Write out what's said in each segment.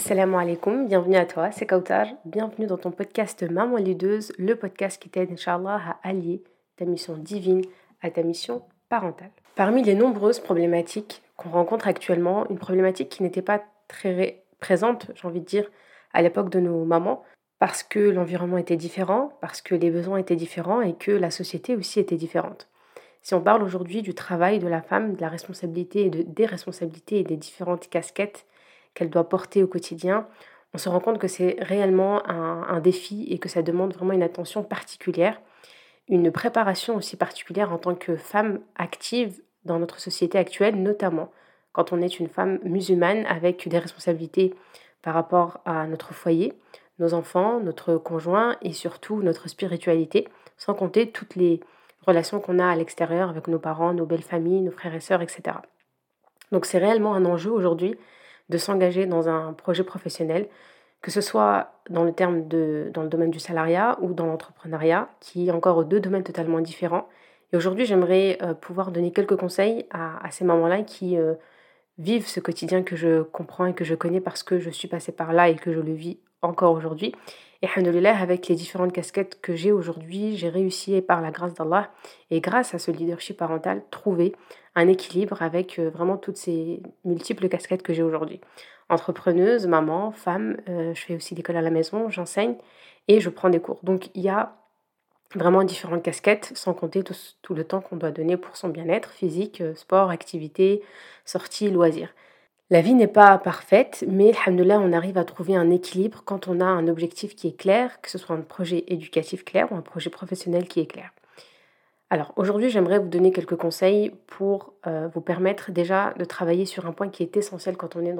Assalamu alaikum, bienvenue à toi, c'est Kautar. Bienvenue dans ton podcast Maman Leaduse, le podcast qui t'aide, Inch'Allah, à allier ta mission divine à ta mission parentale. Parmi les nombreuses problématiques qu'on rencontre actuellement, une problématique qui n'était pas très présente, j'ai envie de dire, à l'époque de nos mamans, parce que l'environnement était différent, parce que les besoins étaient différents et que la société aussi était différente. Si on parle aujourd'hui du travail de la femme, de la responsabilité et des responsabilités et des différentes casquettes qu'elle doit porter au quotidien, on se rend compte que c'est réellement un défi et que ça demande vraiment une attention particulière, une préparation aussi particulière en tant que femme active dans notre société actuelle, notamment quand on est une femme musulmane avec des responsabilités par rapport à notre foyer, nos enfants, notre conjoint et surtout notre spiritualité, sans compter toutes les relations qu'on a à l'extérieur avec nos parents, nos belles familles, nos frères et sœurs, etc. Donc c'est réellement un enjeu aujourd'hui de s'engager dans un projet professionnel, que ce soit dans le domaine du salariat ou dans l'entrepreneuriat, qui est encore deux domaines totalement différents. Et aujourd'hui, j'aimerais pouvoir donner quelques conseils à ces mamans-là qui vivent ce quotidien que je comprends et que je connais parce que je suis passée par là et que je le vis encore aujourd'hui. Et alhamdoulilah, avec les différentes casquettes que j'ai aujourd'hui, j'ai réussi par la grâce d'Allah et grâce à ce leadership parental, trouver un équilibre avec vraiment toutes ces multiples casquettes que j'ai aujourd'hui. Entrepreneuse, maman, femme, je fais aussi l'école à la maison, j'enseigne et je prends des cours. Donc il y a vraiment différentes casquettes, sans compter tout le temps qu'on doit donner pour son bien-être physique, sport, activité, sortie, loisirs. La vie n'est pas parfaite, mais alhamdoulilah, on arrive à trouver un équilibre quand on a un objectif qui est clair, que ce soit un projet éducatif clair ou un projet professionnel qui est clair. Alors aujourd'hui, j'aimerais vous donner quelques conseils pour vous permettre déjà de travailler sur un point qui est essentiel quand on est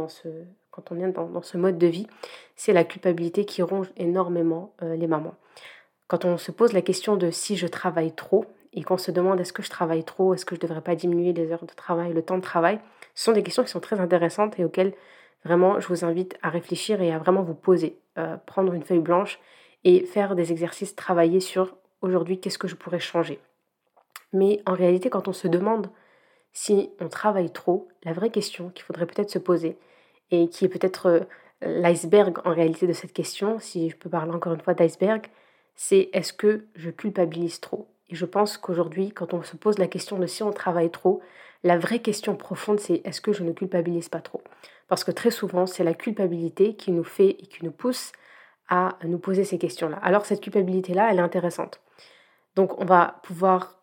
dans ce mode de vie, c'est la culpabilité qui ronge énormément les mamans. Quand on se pose la question de si je travaille trop et qu'on se demande est-ce que je travaille trop, est-ce que je ne devrais pas diminuer les heures de travail, le temps de travail, ce sont des questions qui sont très intéressantes et auxquelles vraiment je vous invite à réfléchir et à vraiment vous poser, prendre une feuille blanche et faire des exercices, travailler sur aujourd'hui qu'est-ce que je pourrais changer. Mais en réalité, quand on se demande si on travaille trop, la vraie question qu'il faudrait peut-être se poser et qui est peut-être l'iceberg en réalité de cette question, si je peux parler encore une fois d'iceberg, c'est est-ce que je culpabilise trop? Et je pense qu'aujourd'hui, quand on se pose la question de si on travaille trop, la vraie question profonde, c'est est-ce que je ne culpabilise pas trop? Parce que très souvent, c'est la culpabilité qui nous fait et qui nous pousse à nous poser ces questions-là. Alors cette culpabilité-là, elle est intéressante. Donc on va pouvoir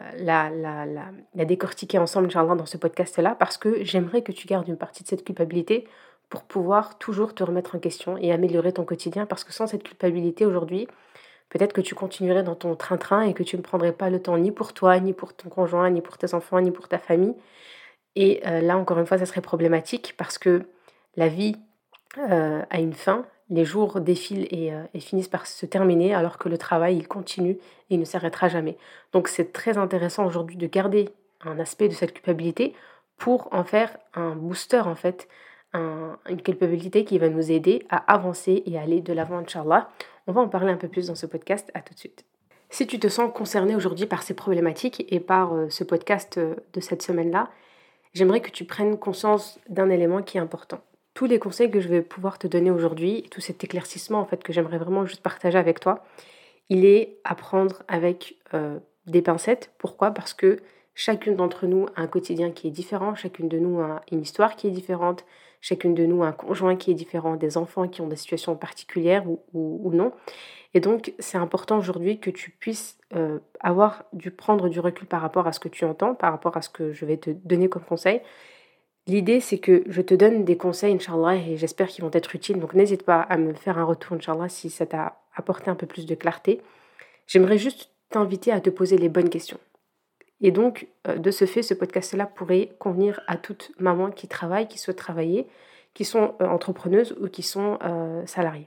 la décortiquer ensemble, Inch'Allah, dans ce podcast-là, parce que j'aimerais que tu gardes une partie de cette culpabilité pour pouvoir toujours te remettre en question et améliorer ton quotidien, parce que sans cette culpabilité aujourd'hui, peut-être que tu continuerais dans ton train-train et que tu ne prendrais pas le temps ni pour toi, ni pour ton conjoint, ni pour tes enfants, ni pour ta famille. Et là, encore une fois, ça serait problématique parce que la vie a une fin, les jours défilent et finissent par se terminer alors que le travail, il continue et il ne s'arrêtera jamais. Donc c'est très intéressant aujourd'hui de garder un aspect de cette culpabilité pour en faire un booster en fait, une culpabilité qui va nous aider à avancer et à aller de l'avant, Inch'Allah. On va en parler un peu plus dans ce podcast, à tout de suite. Si tu te sens concerné aujourd'hui par ces problématiques et par ce podcast de cette semaine-là, j'aimerais que tu prennes conscience d'un élément qui est important. Tous les conseils que je vais pouvoir te donner aujourd'hui, tout cet éclaircissement en fait que j'aimerais vraiment juste partager avec toi, il est à prendre avec des pincettes. Pourquoi? Parce que chacune d'entre nous a un quotidien qui est différent, chacune de nous a une histoire qui est différente, chacune de nous a un conjoint qui est différent, des enfants qui ont des situations particulières ou non. Et donc, c'est important aujourd'hui que tu puisses prendre du recul par rapport à ce que tu entends, par rapport à ce que je vais te donner comme conseil. L'idée, c'est que je te donne des conseils, Inch'Allah, et j'espère qu'ils vont être utiles. Donc, n'hésite pas à me faire un retour, Inch'Allah, si ça t'a apporté un peu plus de clarté. J'aimerais juste t'inviter à te poser les bonnes questions. Et donc, de ce fait, ce podcast-là pourrait convenir à toute maman qui travaille, qui souhaite travailler, qui sont entrepreneuses ou qui sont salariées.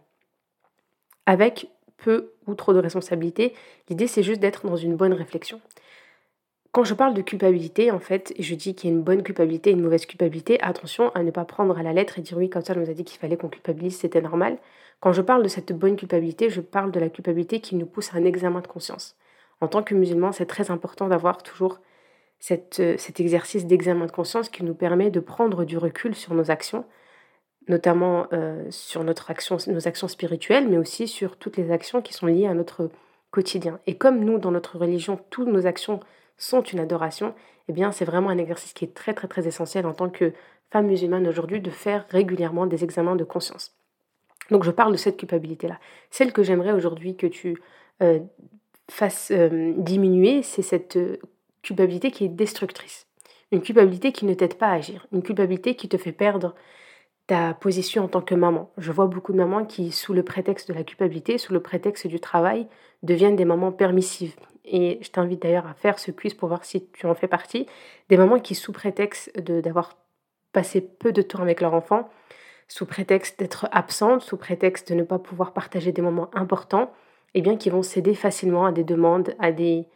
Avec peu ou trop de responsabilités, l'idée, c'est juste d'être dans une bonne réflexion. Quand je parle de culpabilité, en fait, et je dis qu'il y a une bonne culpabilité et une mauvaise culpabilité, attention à ne pas prendre à la lettre et dire oui, comme ça, on nous a dit qu'il fallait qu'on culpabilise, c'était normal. Quand je parle de cette bonne culpabilité, je parle de la culpabilité qui nous pousse à un examen de conscience. En tant que musulman, c'est très important d'avoir toujours cet exercice d'examen de conscience qui nous permet de prendre du recul sur nos actions, notamment sur nos actions spirituelles, mais aussi sur toutes les actions qui sont liées à notre quotidien. Et comme nous, dans notre religion, toutes nos actions sont une adoration, eh bien, c'est vraiment un exercice qui est très, très, très essentiel en tant que femme musulmane aujourd'hui de faire régulièrement des examens de conscience. Donc, je parle de cette culpabilité-là. Celle que j'aimerais aujourd'hui que tu euh, fasses diminuer, c'est cette culpabilité qui est destructrice. Une culpabilité qui ne t'aide pas à agir. Une culpabilité qui te fait perdre ta position en tant que maman. Je vois beaucoup de mamans qui, sous le prétexte de la culpabilité, sous le prétexte du travail, deviennent des mamans permissives. Et je t'invite d'ailleurs à faire ce quiz pour voir si tu en fais partie. Des mamans qui, sous prétexte d'avoir passé peu de temps avec leur enfant, sous prétexte d'être absentes, sous prétexte de ne pas pouvoir partager des moments importants, eh bien, qui vont céder facilement à des demandes, à des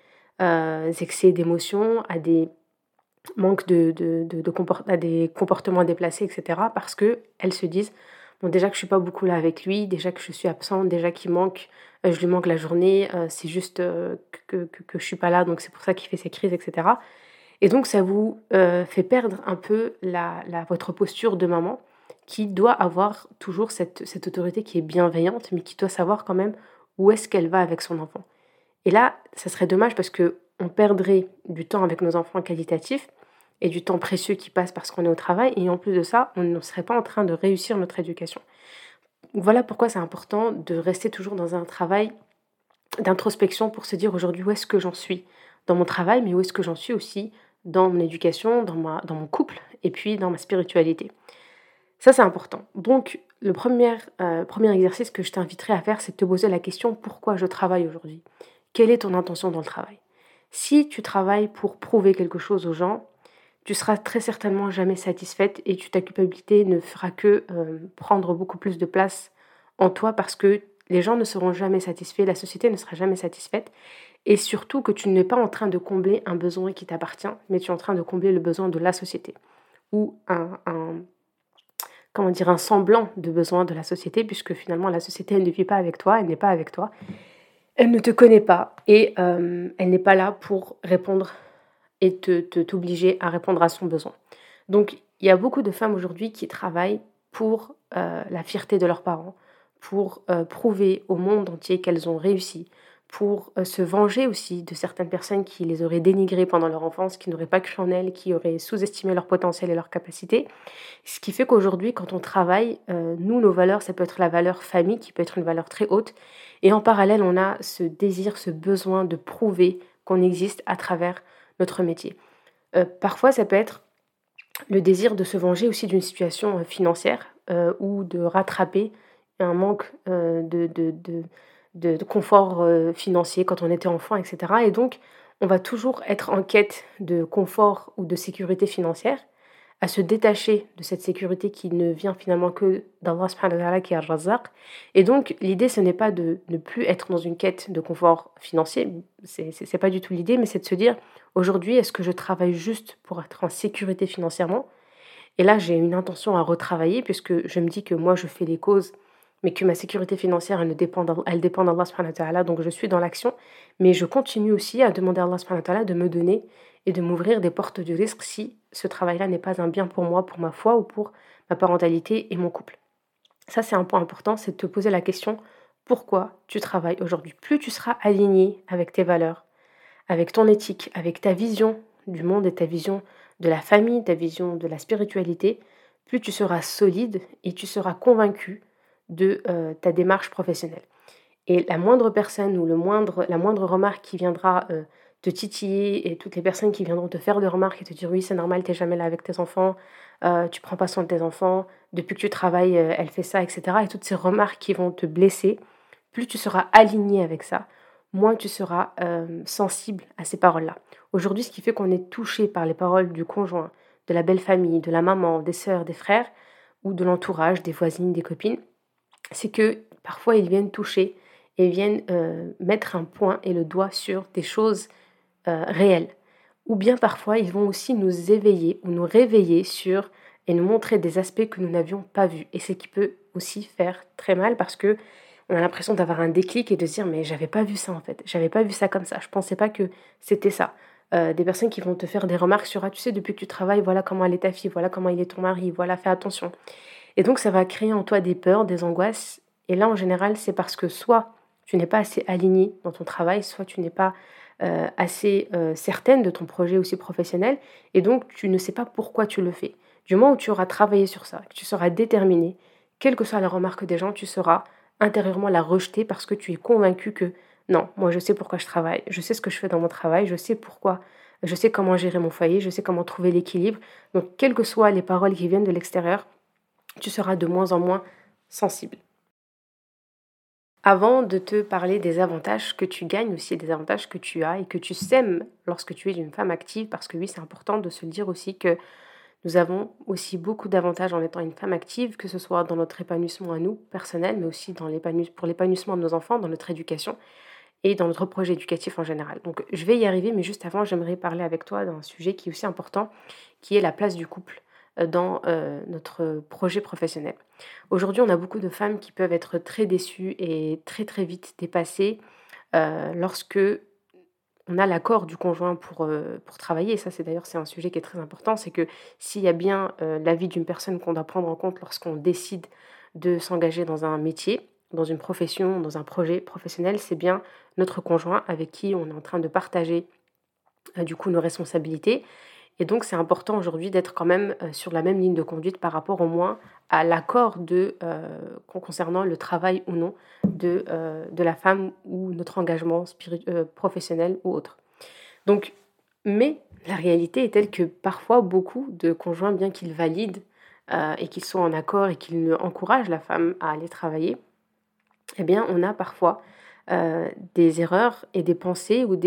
excès d'émotions, à des manque à des comportements déplacés, etc. Parce qu'elles se disent, bon, déjà que je suis pas beaucoup là avec lui, déjà que je suis absente, déjà qu'il manque, je lui manque la journée, c'est juste que je suis pas là, donc c'est pour ça qu'il fait ses crises, etc. Et donc ça vous fait perdre un peu votre posture de maman qui doit avoir toujours cette autorité qui est bienveillante, mais qui doit savoir quand même où est-ce qu'elle va avec son enfant. Et là, ça serait dommage parce que on perdrait du temps avec nos enfants qualitatifs et du temps précieux qui passe parce qu'on est au travail. Et en plus de ça, on ne serait pas en train de réussir notre éducation. Voilà pourquoi c'est important de rester toujours dans un travail d'introspection pour se dire aujourd'hui où est-ce que j'en suis dans mon travail, mais où est-ce que j'en suis aussi dans mon éducation, dans mon couple et puis dans ma spiritualité. Ça, c'est important. Donc, le premier exercice que je t'inviterai à faire, c'est de te poser la question pourquoi je travaille aujourd'hui. Quelle est ton intention dans le travail? Si tu travailles pour prouver quelque chose aux gens, tu seras très certainement jamais satisfaite et ta culpabilité ne fera que prendre beaucoup plus de place en toi parce que les gens ne seront jamais satisfaits, la société ne sera jamais satisfaite et surtout que tu n'es pas en train de combler un besoin qui t'appartient, mais tu es en train de combler le besoin de la société ou un semblant de besoin de la société puisque finalement la société elle ne vit pas avec toi, elle n'est pas avec toi, elle ne te connaît pas et elle n'est pas là pour répondre et t'obliger à répondre à son besoin. Donc, il y a beaucoup de femmes aujourd'hui qui travaillent pour la fierté de leurs parents, pour prouver au monde entier qu'elles ont réussi, pour se venger aussi de certaines personnes qui les auraient dénigrées pendant leur enfance, qui n'auraient pas cru en elles, qui auraient sous-estimé leur potentiel et leurs capacités. Ce qui fait qu'aujourd'hui, quand on travaille, nous, nos valeurs, ça peut être la valeur famille, qui peut être une valeur très haute, et en parallèle, on a ce désir, ce besoin de prouver qu'on existe à travers notre métier. Parfois, ça peut être le désir de se venger aussi d'une situation financière ou de rattraper un manque de confort financier quand on était enfant, etc. Et donc, on va toujours être en quête de confort ou de sécurité financière, à se détacher de cette sécurité qui ne vient finalement que d'Allah subhanahu wa ta'ala qui est Ar-Razzaq. Et donc, l'idée, ce n'est pas de ne plus être dans une quête de confort financier, c'est pas du tout l'idée, mais c'est de se dire, aujourd'hui, est-ce que je travaille juste pour être en sécurité financièrement? Et là, j'ai une intention à retravailler, puisque je me dis que moi, je fais les causes, mais que ma sécurité financière, elle dépend d'Allah subhanahu wa ta'ala, donc je suis dans l'action, mais je continue aussi à demander à Allah subhanahu wa ta'ala de me donner et de m'ouvrir des portes du risque si ce travail-là n'est pas un bien pour moi, pour ma foi ou pour ma parentalité et mon couple. Ça, c'est un point important, c'est de te poser la question, pourquoi tu travailles aujourd'hui? Plus tu seras aligné avec tes valeurs, avec ton éthique, avec ta vision du monde et ta vision de la famille, ta vision de la spiritualité, plus tu seras solide et tu seras convaincu de ta démarche professionnelle. Et la moindre personne ou la moindre remarque qui viendra te titiller et toutes les personnes qui viendront te faire des remarques et te dire oui c'est normal, t'es jamais là avec tes enfants, tu prends pas soin de tes enfants, depuis que tu travailles elle fait ça, etc. Et toutes ces remarques qui vont te blesser, plus tu seras aligné avec ça, moins tu seras sensible à ces paroles-là. Aujourd'hui, ce qui fait qu'on est touché par les paroles du conjoint, de la belle famille, de la maman, des sœurs, des frères, ou de l'entourage, des voisines, des copines, c'est que parfois ils viennent toucher et viennent mettre un point et le doigt sur des choses réelles. Ou bien parfois ils vont aussi nous éveiller ou nous réveiller sur et nous montrer des aspects que nous n'avions pas vus. Et c'est qui peut aussi faire très mal parce que on a l'impression d'avoir un déclic et de se dire mais j'avais pas vu ça en fait, j'avais pas vu ça comme ça, je pensais pas que c'était ça. Des personnes qui vont te faire des remarques sur ah tu sais depuis que tu travailles voilà comment elle est ta fille, voilà comment il est ton mari, voilà fais attention. Et donc ça va créer en toi des peurs, des angoisses. Et là, en général, c'est parce que soit tu n'es pas assez aligné dans ton travail, soit tu n'es pas assez certaine de ton projet aussi professionnel, et donc tu ne sais pas pourquoi tu le fais. Du moment où tu auras travaillé sur ça, que tu seras déterminé, quelle que soit la remarque des gens, tu seras intérieurement la rejeter parce que tu es convaincu que non, moi je sais pourquoi je travaille, je sais ce que je fais dans mon travail, je sais pourquoi, je sais comment gérer mon foyer, je sais comment trouver l'équilibre. Donc quelles que soient les paroles qui viennent de l'extérieur, tu seras de moins en moins sensible. Avant de te parler des avantages que tu gagnes aussi, des avantages que tu as et que tu sèmes lorsque tu es une femme active, parce que oui, c'est important de se le dire aussi que nous avons aussi beaucoup d'avantages en étant une femme active, que ce soit dans notre épanouissement à nous, personnel, mais aussi pour l'épanouissement de nos enfants, dans notre éducation et dans notre projet éducatif en général. Donc je vais y arriver, mais juste avant, j'aimerais parler avec toi d'un sujet qui est aussi important, qui est la place du couple dans notre projet professionnel. Aujourd'hui, on a beaucoup de femmes qui peuvent être très déçues et très très vite dépassées lorsque on a l'accord du conjoint pour travailler. Et ça, c'est un sujet qui est très important, c'est que s'il y a bien l'avis d'une personne qu'on doit prendre en compte lorsqu'on décide de s'engager dans un métier, dans une profession, dans un projet professionnel, c'est bien notre conjoint avec qui on est en train de partager du coup nos responsabilités. Et donc c'est important aujourd'hui d'être quand même sur la même ligne de conduite par rapport au moins à l'accord concernant le travail ou non de la femme ou notre engagement professionnel ou autre. Donc, mais la réalité est telle que parfois beaucoup de conjoints, bien qu'ils valident et qu'ils soient en accord et qu'ils encouragent la femme à aller travailler, eh bien, on a parfois des erreurs et des pensées ou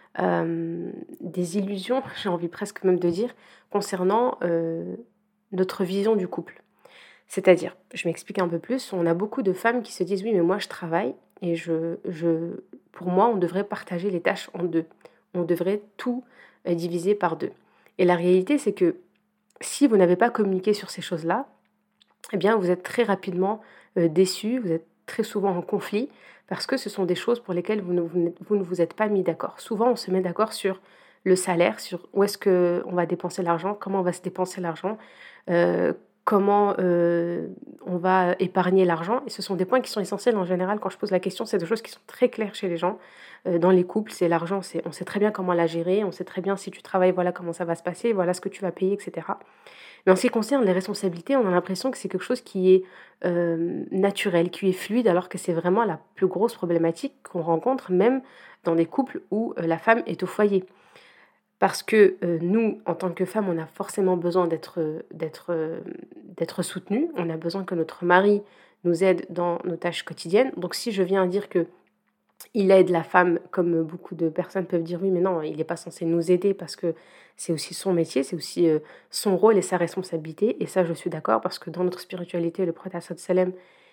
des illusions, j'ai envie presque même de dire, concernant notre vision du couple. C'est-à-dire, je m'explique un peu plus, on a beaucoup de femmes qui se disent oui, mais moi je travaille et pour moi, on devrait partager les tâches en deux. On devrait tout diviser par deux. Et la réalité, c'est que si vous n'avez pas communiqué sur ces choses-là, eh bien, vous êtes très rapidement déçus, vous êtes très souvent en conflit, parce que ce sont des choses pour lesquelles vous ne vous êtes pas mis d'accord. Souvent, on se met d'accord sur le salaire, sur où est-ce qu'on va dépenser l'argent, comment on va se dépenser l'argent, euh, comment on va épargner l'argent. Et ce sont des points qui sont essentiels en général. Quand je pose la question, c'est des choses qui sont très claires chez les gens. Dans les couples, c'est l'argent, on sait très bien comment la gérer, on sait très bien si tu travailles, voilà comment ça va se passer, voilà ce que tu vas payer, etc. Mais en ce qui concerne les responsabilités, on a l'impression que c'est quelque chose qui est naturel, qui est fluide, alors que c'est vraiment la plus grosse problématique qu'on rencontre même dans des couples où la femme est au foyer. Parce que nous, en tant que femmes, on a forcément besoin d'être soutenus, on a besoin que notre mari nous aide dans nos tâches quotidiennes. Donc si je viens dire que il aide la femme, comme beaucoup de personnes peuvent dire oui, mais non, il n'est pas censé nous aider parce que c'est aussi son métier, c'est aussi son rôle et sa responsabilité. Et ça, je suis d'accord parce que dans notre spiritualité, le prophète sallam,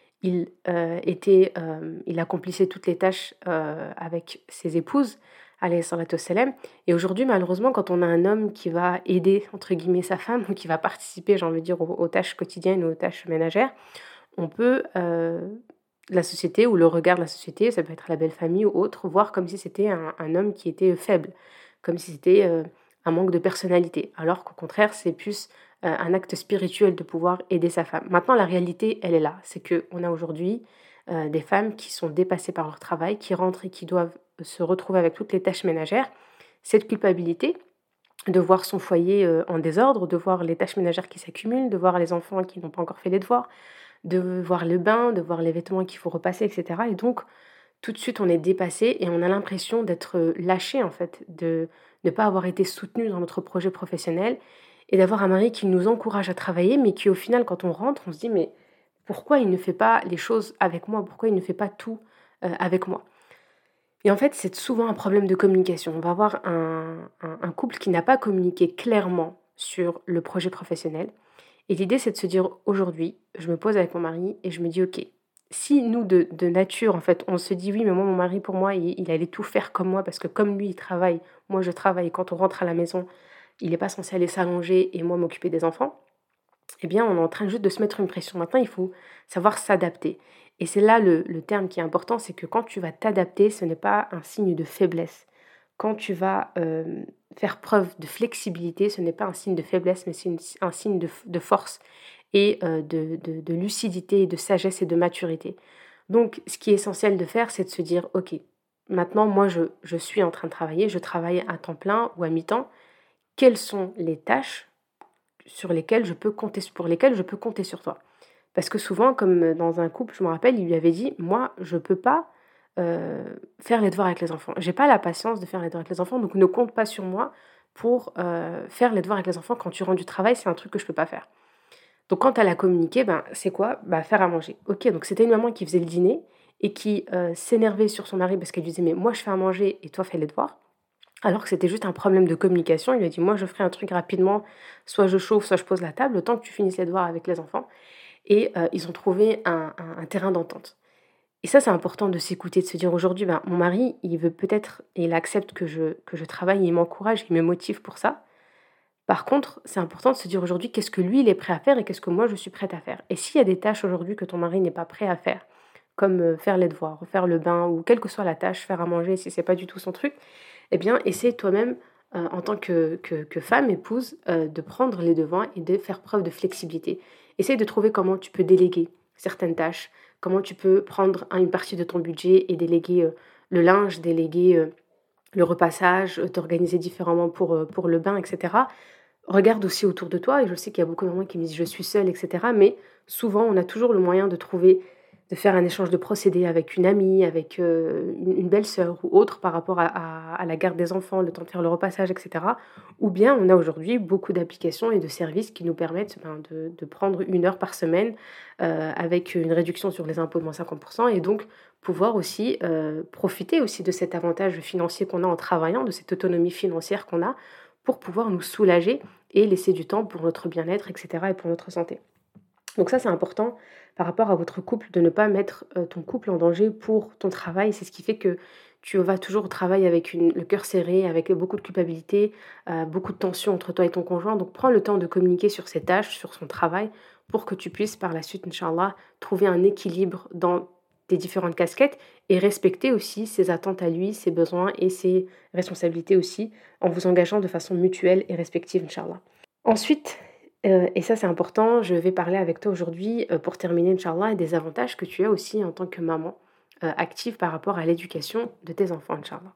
il accomplissait toutes les tâches avec ses épouses, alayhi salatu wassalam. Et aujourd'hui, malheureusement, quand on a un homme qui va aider, entre guillemets, sa femme, ou qui va participer, j'ai envie de dire, aux tâches quotidiennes ou aux tâches ménagères, on peut, la société ou le regard de la société, ça peut être la belle famille ou autre, voir comme si c'était un homme qui était faible, comme si c'était un manque de personnalité, alors qu'au contraire, c'est plus un acte spirituel de pouvoir aider sa femme. Maintenant, la réalité, elle est là. C'est qu'on a aujourd'hui des femmes qui sont dépassées par leur travail, qui rentrent et qui doivent se retrouver avec toutes les tâches ménagères. Cette culpabilité de voir son foyer en désordre, de voir les tâches ménagères qui s'accumulent, de voir les enfants qui n'ont pas encore fait les devoirs, de voir le bain, de voir les vêtements qu'il faut repasser, etc. Et donc, tout de suite, on est dépassé et on a l'impression d'être lâché, en fait, de ne pas avoir été soutenu dans notre projet professionnel et d'avoir un mari qui nous encourage à travailler, mais qui, au final, quand on rentre, on se dit, mais pourquoi il ne fait pas les choses avec moi? Pourquoi il ne fait pas tout avec moi? Et en fait, c'est souvent un problème de communication. On va avoir un couple qui n'a pas communiqué clairement sur le projet professionnel. Et l'idée, c'est de se dire aujourd'hui, je me pose avec mon mari et je me dis, ok, si nous, de nature, en fait, on se dit, oui, mais moi, mon mari, pour moi, il allait tout faire comme moi, parce que comme lui, il travaille, moi, je travaille, et quand on rentre à la maison, il n'est pas censé aller s'allonger et moi m'occuper des enfants, eh bien, on est en train juste de se mettre une pression. Maintenant, il faut savoir s'adapter. Et c'est là le terme qui est important, c'est que quand tu vas t'adapter, ce n'est pas un signe de faiblesse. Quand tu vas faire preuve de flexibilité, ce n'est pas un signe de faiblesse, mais c'est un signe de force et de lucidité, et de sagesse et de maturité. Donc, ce qui est essentiel de faire, c'est de se dire, OK, maintenant, moi, je suis en train de travailler, je travaille à temps plein ou à mi-temps. Quelles sont les tâches pour lesquelles je peux compter sur toi? Parce que souvent, comme dans un couple, je me rappelle, il lui avait dit: «Moi, je peux pas, faire les devoirs avec les enfants. J'ai pas la patience de faire les devoirs avec les enfants, donc ne compte pas sur moi pour, faire les devoirs avec les enfants. Quand tu rentres du travail, c'est un truc que je peux pas faire». Donc quand elle a communiqué, ben, c'est quoi? Bah, faire à manger. OK, donc c'était une maman qui faisait le dîner et qui, s'énervait sur son mari parce qu'elle lui disait: «Mais moi, je fais à manger et toi, fais les devoirs». Alors que c'était juste un problème de communication. Il lui a dit: «Moi, je ferai un truc rapidement, soit je chauffe, soit je pose la table, le temps que tu finisses les devoirs avec les enfants». Et ils ont trouvé un terrain d'entente. Et ça, c'est important de s'écouter, de se dire aujourd'hui, ben, mon mari, il veut peut-être et il accepte que je travaille, il m'encourage, il me motive pour ça. Par contre, c'est important de se dire aujourd'hui qu'est-ce que lui, il est prêt à faire et qu'est-ce que moi, je suis prête à faire. Et s'il y a des tâches aujourd'hui que ton mari n'est pas prêt à faire, comme faire les devoirs, faire le bain ou quelle que soit la tâche, faire à manger si c'est pas du tout son truc, eh bien, essaie toi-même, en tant que femme, épouse, de prendre les devants et de faire preuve de flexibilité. Essaye de trouver comment tu peux déléguer certaines tâches, comment tu peux prendre une partie de ton budget et déléguer le linge, déléguer le repassage, t'organiser différemment pour le bain, etc. Regarde aussi autour de toi et je sais qu'il y a beaucoup de mamans qui me disent: «Je suis seule» et cetera, mais souvent, on a toujours le moyen de faire un échange de procédés avec une amie, avec, une belle-sœur ou autre par rapport à la garde des enfants, le temps de faire le repassage et cetera. Ou bien on a aujourd'hui beaucoup d'applications et de services qui nous permettent, ben, de prendre 1 heure par semaine, avec une réduction sur les impôts de -50 et donc pouvoir aussi, profiter aussi de cet avantage financier qu'on a en travaillant, de cette autonomie financière qu'on a pour pouvoir nous soulager et laisser du temps pour notre bien-être et cetera et pour notre santé. Donc ça, c'est important par rapport à votre couple de ne pas mettre, ton couple en danger pour ton travail. C'est ce qui fait que tu vas toujours au travail avec le cœur serré, avec beaucoup de culpabilité, beaucoup de tension entre toi et ton conjoint. Donc prends le temps de communiquer sur ses tâches, sur son travail, pour que tu puisses par la suite, inch'Allah, trouver un équilibre dans tes différentes casquettes et respecter aussi ses attentes à lui, ses besoins et ses responsabilités aussi, en vous engageant de façon mutuelle et respective, inch'Allah. Ensuite, et ça c'est important, je vais parler avec toi aujourd'hui, pour terminer inch'Allah, des avantages que tu as aussi en tant que maman, active par rapport à l'éducation de tes enfants, inch'Allah.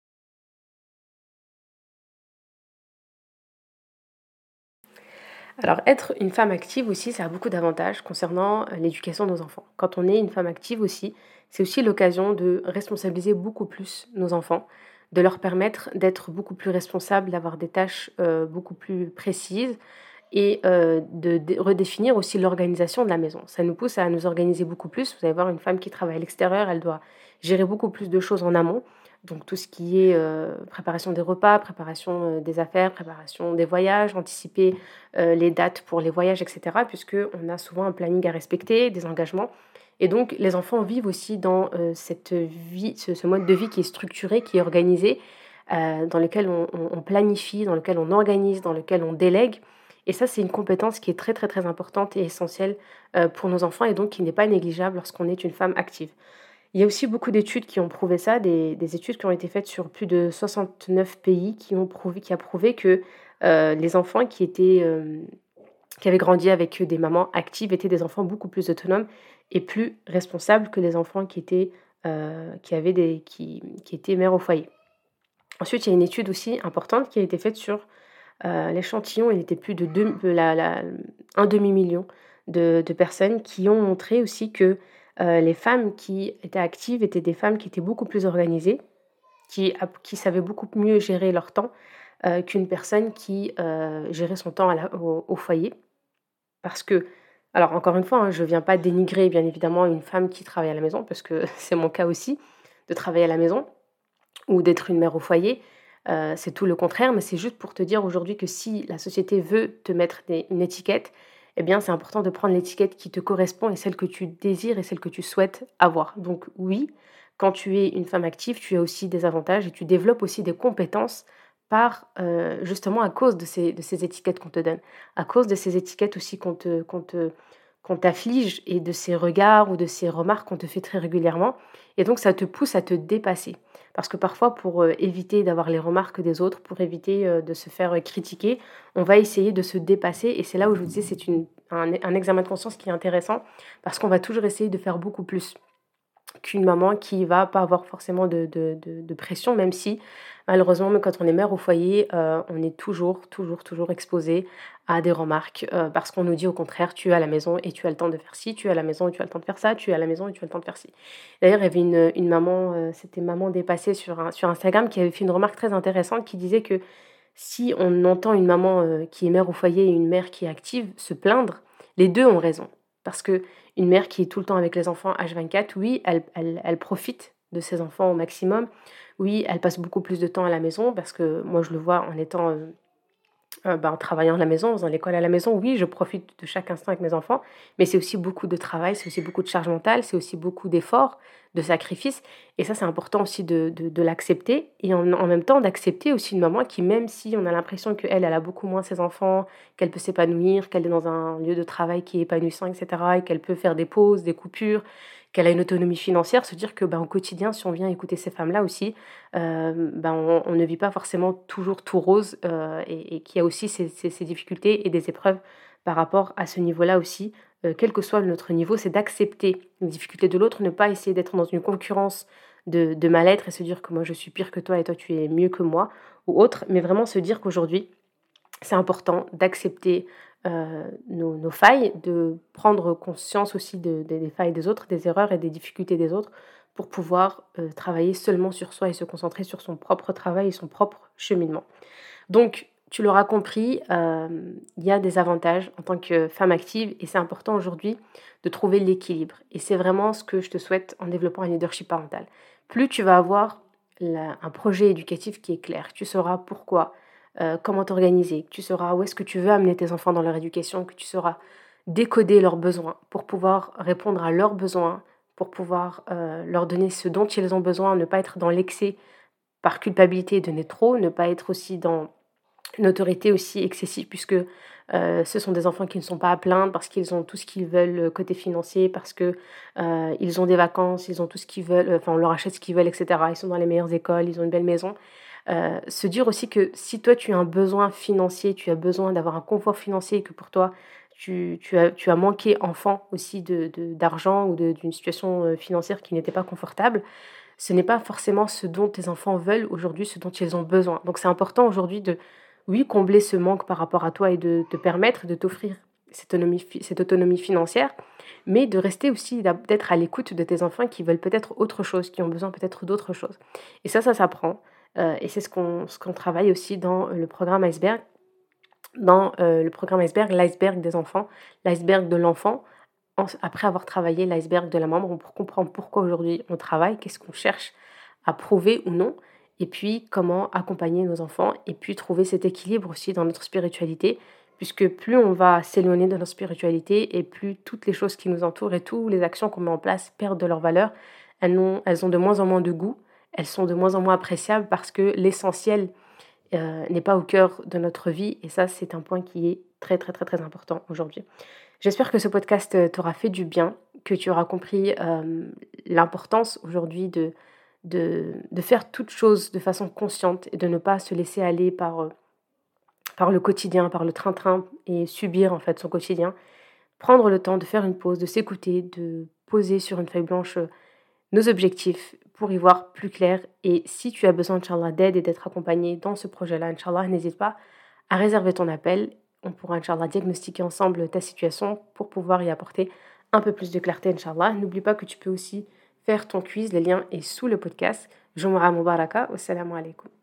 Alors être une femme active aussi, ça a beaucoup d'avantages concernant, l'éducation de nos enfants. Quand on est une femme active aussi, c'est aussi l'occasion de responsabiliser beaucoup plus nos enfants, de leur permettre d'être beaucoup plus responsables, d'avoir des tâches, beaucoup plus précises et de redéfinir aussi l'organisation de la maison. Ça nous pousse à nous organiser beaucoup plus. Vous allez voir une femme qui travaille à l'extérieur, elle doit gérer beaucoup plus de choses en amont. Donc tout ce qui est, préparation des repas, préparation, des affaires, préparation des voyages, anticiper, les dates pour les voyages et cetera, puisqu'on a souvent un planning à respecter, des engagements et donc les enfants vivent aussi dans, cette vie, ce mode de vie qui est structuré, qui est organisé, dans lequel on planifie, dans lequel on organise, dans lequel on délègue et ça, c'est une compétence qui est très, très, très importante et essentielle, pour nos enfants et donc qui n'est pas négligeable lorsqu'on est une femme active. Il y a aussi beaucoup d'études qui ont prouvé ça, des études qui ont été faites sur plus de 69 pays qui a prouvé que, les enfants qui avaient grandi avec des mamans actives étaient des enfants beaucoup plus autonomes et plus responsables que les enfants qui étaient mères au foyer. Ensuite, il y a une étude aussi importante qui a été faite sur l'échantillon, il était plus de 2 un demi-million de personnes qui ont montré aussi que, les femmes qui étaient actives étaient des femmes qui étaient beaucoup plus organisées, qui savaient beaucoup mieux gérer leur temps, qu'une personne qui, gérait son temps au foyer. Parce que alors encore une fois, hein, je ne viens pas dénigrer bien évidemment une femme qui travaille à la maison parce que c'est mon cas aussi, de travailler à la maison ou d'être une mère au foyer. C'est tout le contraire, mais c'est juste pour te dire aujourd'hui que si la société veut te mettre une étiquette, eh bien, c'est important de prendre l'étiquette qui te correspond et celle que tu désires et celle que tu souhaites avoir. Donc oui, quand tu es une femme active, tu as aussi des avantages et tu développes aussi des compétences justement à cause de ces étiquettes qu'on te donne, à cause de ces étiquettes aussi qu'on t'afflige et de ces regards ou de ces remarques qu'on te fait très régulièrement. Et donc, ça te pousse à te dépasser. Parce que parfois, pour éviter d'avoir les remarques des autres, pour éviter de se faire critiquer, on va essayer de se dépasser. Et c'est là où je vous disais, c'est un examen de conscience qui est intéressant parce qu'on va toujours essayer de faire beaucoup plus qu'une maman qui va pas avoir forcément de pression, même si malheureusement, même quand on est mère au foyer, on est toujours, toujours, toujours exposé à des remarques, parce qu'on nous dit au contraire: «Tu es à la maison et tu as le temps de faire ci, tu es à la maison et tu as le temps de faire ça, tu es à la maison et tu as le temps de faire ci». D'ailleurs, il y avait une maman, c'était Maman Dépassée sur Instagram qui avait fait une remarque très intéressante qui disait que si on entend une maman, qui est mère au foyer et une mère qui est active se plaindre, les 2 ont raison. Parce que une mère qui est tout le temps avec les enfants H24, oui, elle profite de ses enfants au maximum. Oui, elle passe beaucoup plus de temps à la maison parce que moi je le vois en étant, en travaillant à la maison, en faisant l'école à la maison, oui, je profite de chaque instant avec mes enfants, mais c'est aussi beaucoup de travail, c'est aussi beaucoup de charge mentale, c'est aussi beaucoup d'efforts, de sacrifices et ça, c'est important aussi de l'accepter et en même temps d'accepter aussi une maman qui, même si on a l'impression qu'elle, elle a beaucoup moins ses enfants, qu'elle peut s'épanouir, qu'elle est dans un lieu de travail qui est épanouissant et cetera et qu'elle peut faire des pauses, des coupures, qu'elle a une autonomie financière, se dire que, au quotidien, si on vient écouter ces femmes-là aussi, on ne vit pas forcément toujours tout rose, et qu'il y a aussi ces difficultés et des épreuves par rapport à ce niveau-là aussi, quel que soit notre niveau, c'est d'accepter les difficultés de l'autre, ne pas essayer d'être dans une concurrence de mal-être et se dire que moi je suis pire que toi et toi tu es mieux que moi ou autre, mais vraiment se dire qu'aujourd'hui c'est important d'accepter, nos failles, de prendre conscience aussi des failles des autres, des erreurs et des difficultés des autres pour pouvoir, travailler seulement sur soi et se concentrer sur son propre travail et son propre cheminement. Donc tu l'auras compris, il y a des avantages en tant que femme active et c'est important aujourd'hui de trouver l'équilibre et c'est vraiment ce que je te souhaite en développant un leadership parental. Plus tu vas avoir un projet éducatif qui est clair, tu sauras pourquoi, comment t'organiser, que tu sauras où est-ce que tu veux amener tes enfants dans leur éducation, que tu sauras décoder leurs besoins pour pouvoir répondre à leurs besoins, pour pouvoir leur donner ce dont ils ont besoin, ne pas être dans l'excès par culpabilité et donner trop, ne pas être aussi dans une autorité aussi excessive puisque, ce sont des enfants qui ne sont pas à plaindre parce qu'ils ont tout ce qu'ils veulent, côté financier, parce que, ils ont des vacances, ils ont tout ce qu'ils veulent, enfin on leur achète ce qu'ils veulent et cetera. Ils sont dans les meilleures écoles, ils ont une belle maison. Se dire aussi que si toi tu as un besoin financier, tu as besoin d'avoir un confort financier et que pour toi tu as manqué enfant aussi d'argent ou d'une situation, financière qui n'était pas confortable, ce n'est pas forcément ce dont tes enfants veulent aujourd'hui, ce dont ils ont besoin. Donc c'est important aujourd'hui de, oui, combler ce manque par rapport à toi et de te permettre de t'offrir cette autonomie financière, mais de rester aussi, d'être à l'écoute de tes enfants qui veulent peut-être autre chose, qui ont besoin peut-être d'autre chose. Et ça s'apprend. Et c'est ce qu'on travaille aussi dans le programme Iceberg. Dans le programme Iceberg, l'iceberg des enfants, l'iceberg de l'enfant, après avoir travaillé l'iceberg de la maman, on comprend pourquoi aujourd'hui on travaille, qu'est-ce qu'on cherche à prouver ou non, et puis comment accompagner nos enfants, et puis trouver cet équilibre aussi dans notre spiritualité, puisque plus on va s'éloigner de notre spiritualité, et plus toutes les choses qui nous entourent et toutes les actions qu'on met en place perdent de leur valeur, elles ont de moins en moins de goût, elles sont de moins en moins appréciables parce que l'essentiel n'est pas au cœur de notre vie, et ça c'est un point qui est très très très très important aujourd'hui. J'espère que ce podcast, t'aura fait du bien, que tu auras compris, l'importance aujourd'hui de faire toutes choses de façon consciente et de ne pas se laisser aller par le quotidien, par le train-train et subir en fait son quotidien. Prendre le temps de faire une pause, de s'écouter, de poser sur une feuille blanche, nos objectifs pour y voir plus clair et si tu as besoin, inch'Allah, d'aide et d'être accompagné dans ce projet-là, inch'Allah, n'hésite pas à réserver ton appel. On pourra, inch'Allah, diagnostiquer ensemble ta situation pour pouvoir y apporter un peu plus de clarté, inch'Allah. N'oublie pas que tu peux aussi faire ton quiz, le lien est sous le podcast. Jumu'ah Mubaraka, wassalamu alaikum.